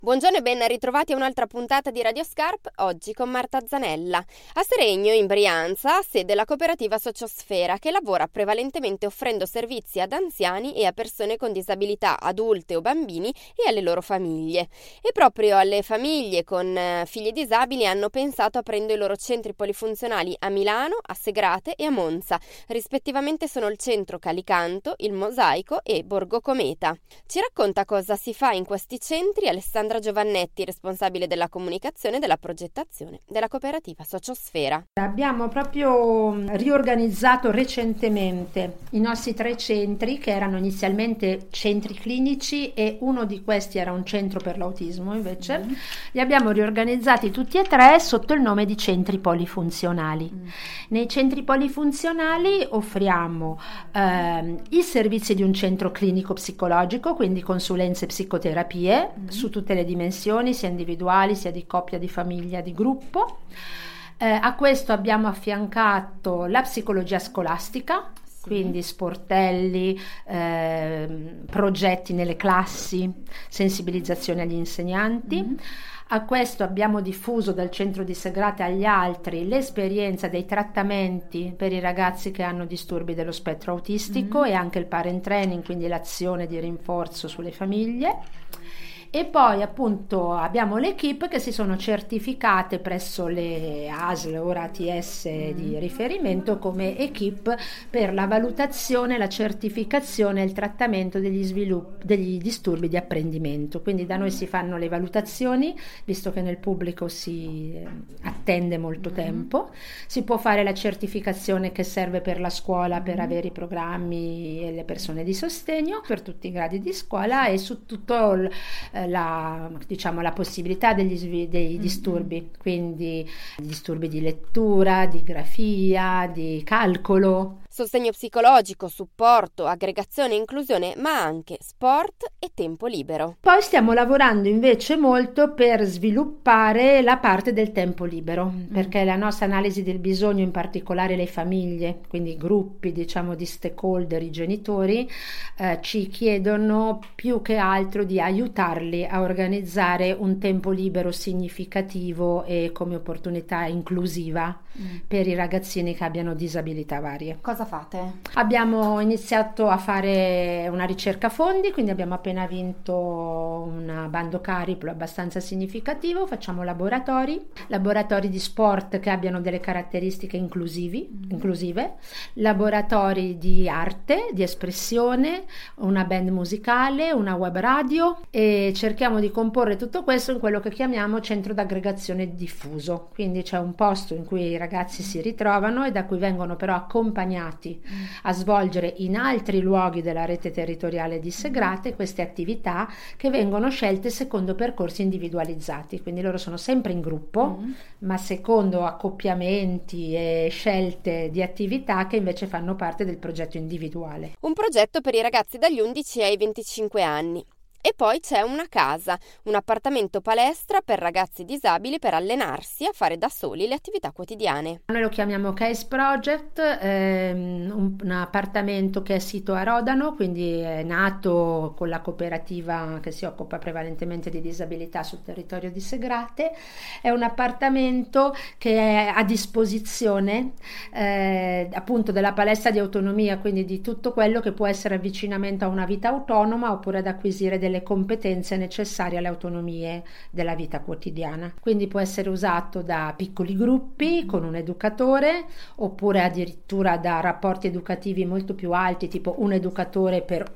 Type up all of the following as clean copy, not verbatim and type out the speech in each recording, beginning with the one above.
Buongiorno e ben ritrovati a un'altra puntata di Radio Scarp, oggi con Marta Zanella. A Seregno, in Brianza, ha sede la cooperativa Sociosfera, che lavora prevalentemente offrendo servizi ad anziani e a persone con disabilità, adulte o bambini e alle loro famiglie. E proprio alle famiglie con figli disabili hanno pensato aprendo i loro centri polifunzionali a Milano, a Segrate e a Monza. Rispettivamente sono il centro Calicanto, il Mosaico e Borgo Cometa. Ci racconta cosa si fa in questi centri Alessandra Giovannetti, responsabile della comunicazione e della progettazione della cooperativa Sociosfera. Abbiamo proprio riorganizzato recentemente i nostri 3 centri, che erano inizialmente centri clinici e uno di questi era un centro per l'autismo. Invece li abbiamo riorganizzati tutti e 3 sotto il nome di centri polifunzionali. Nei centri polifunzionali offriamo i servizi di un centro clinico psicologico, quindi consulenze e psicoterapie su tutte le dimensioni, sia individuali, sia di coppia, di famiglia, di gruppo. A questo abbiamo affiancato la psicologia scolastica, quindi sportelli, progetti nelle classi, sensibilizzazione agli insegnanti. A questo abbiamo diffuso dal centro di Segrate agli altri l'esperienza dei trattamenti per i ragazzi che hanno disturbi dello spettro autistico e anche il parent training, quindi l'azione di rinforzo sulle famiglie. E poi appunto abbiamo le equip che si sono certificate presso le ASL, ora ATS di riferimento, come equip per la valutazione, la certificazione e il trattamento degli disturbi di apprendimento. Quindi da noi si fanno le valutazioni, visto che nel pubblico si attende molto tempo. Si può fare la certificazione che serve per la scuola per avere i programmi e le persone di sostegno per tutti i gradi di scuola e su tutto la possibilità dei disturbi, quindi disturbi di lettura, di grafia, di calcolo. Sostegno psicologico, supporto, aggregazione e inclusione, ma anche sport e tempo libero. Poi stiamo lavorando invece molto per sviluppare la parte del tempo libero, perché la nostra analisi del bisogno, in particolare le famiglie, quindi i gruppi di stakeholder, i genitori, ci chiedono più che altro di aiutarli a organizzare un tempo libero significativo e come opportunità inclusiva per i ragazzini che abbiano disabilità varie. Cosa fate? Abbiamo iniziato a fare una ricerca fondi, quindi abbiamo appena vinto un bando Cariplo abbastanza significativo. Facciamo laboratori di sport che abbiano delle caratteristiche inclusive, laboratori di arte, di espressione, una band musicale, una web radio, e cerchiamo di comporre tutto questo in quello che chiamiamo centro d'aggregazione diffuso. Quindi c'è un posto in cui i ragazzi si ritrovano e da cui vengono però accompagnati a svolgere in altri luoghi della rete territoriale di Segrate queste attività, che vengono scelte secondo percorsi individualizzati, quindi loro sono sempre in gruppo ma secondo accoppiamenti e scelte di attività che invece fanno parte del progetto individuale. Un progetto per i ragazzi dagli 11 ai 25 anni. E poi c'è una casa, un appartamento palestra per ragazzi disabili per allenarsi a fare da soli le attività quotidiane. Noi lo chiamiamo Case Project, un appartamento che è sito a Rodano, quindi è nato con la cooperativa che si occupa prevalentemente di disabilità sul territorio di Segrate. È un appartamento che è a disposizione appunto della palestra di autonomia, quindi di tutto quello che può essere avvicinamento a una vita autonoma oppure ad acquisire delle competenze necessarie alle autonomie della vita quotidiana. Quindi può essere usato da piccoli gruppi con un educatore, oppure addirittura da rapporti educativi molto più alti, tipo un educatore per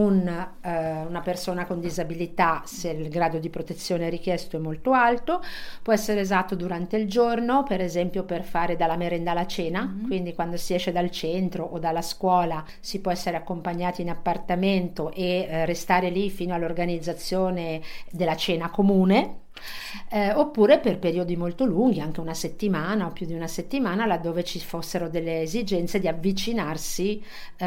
una persona con disabilità se il grado di protezione richiesto è molto alto. Può essere usato durante il giorno, per esempio per fare dalla merenda alla cena, quindi quando si esce dal centro o dalla scuola si può essere accompagnati in appartamento e restare lì fino all'organizzazione della cena comune. Oppure per periodi molto lunghi, anche una settimana o più di una settimana, laddove ci fossero delle esigenze di avvicinarsi,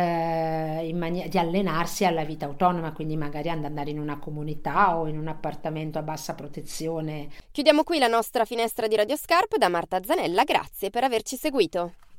di allenarsi alla vita autonoma, quindi magari andare in una comunità o in un appartamento a bassa protezione. Chiudiamo qui la nostra finestra di Radio Scarp. Da Marta Zanella, grazie per averci seguito.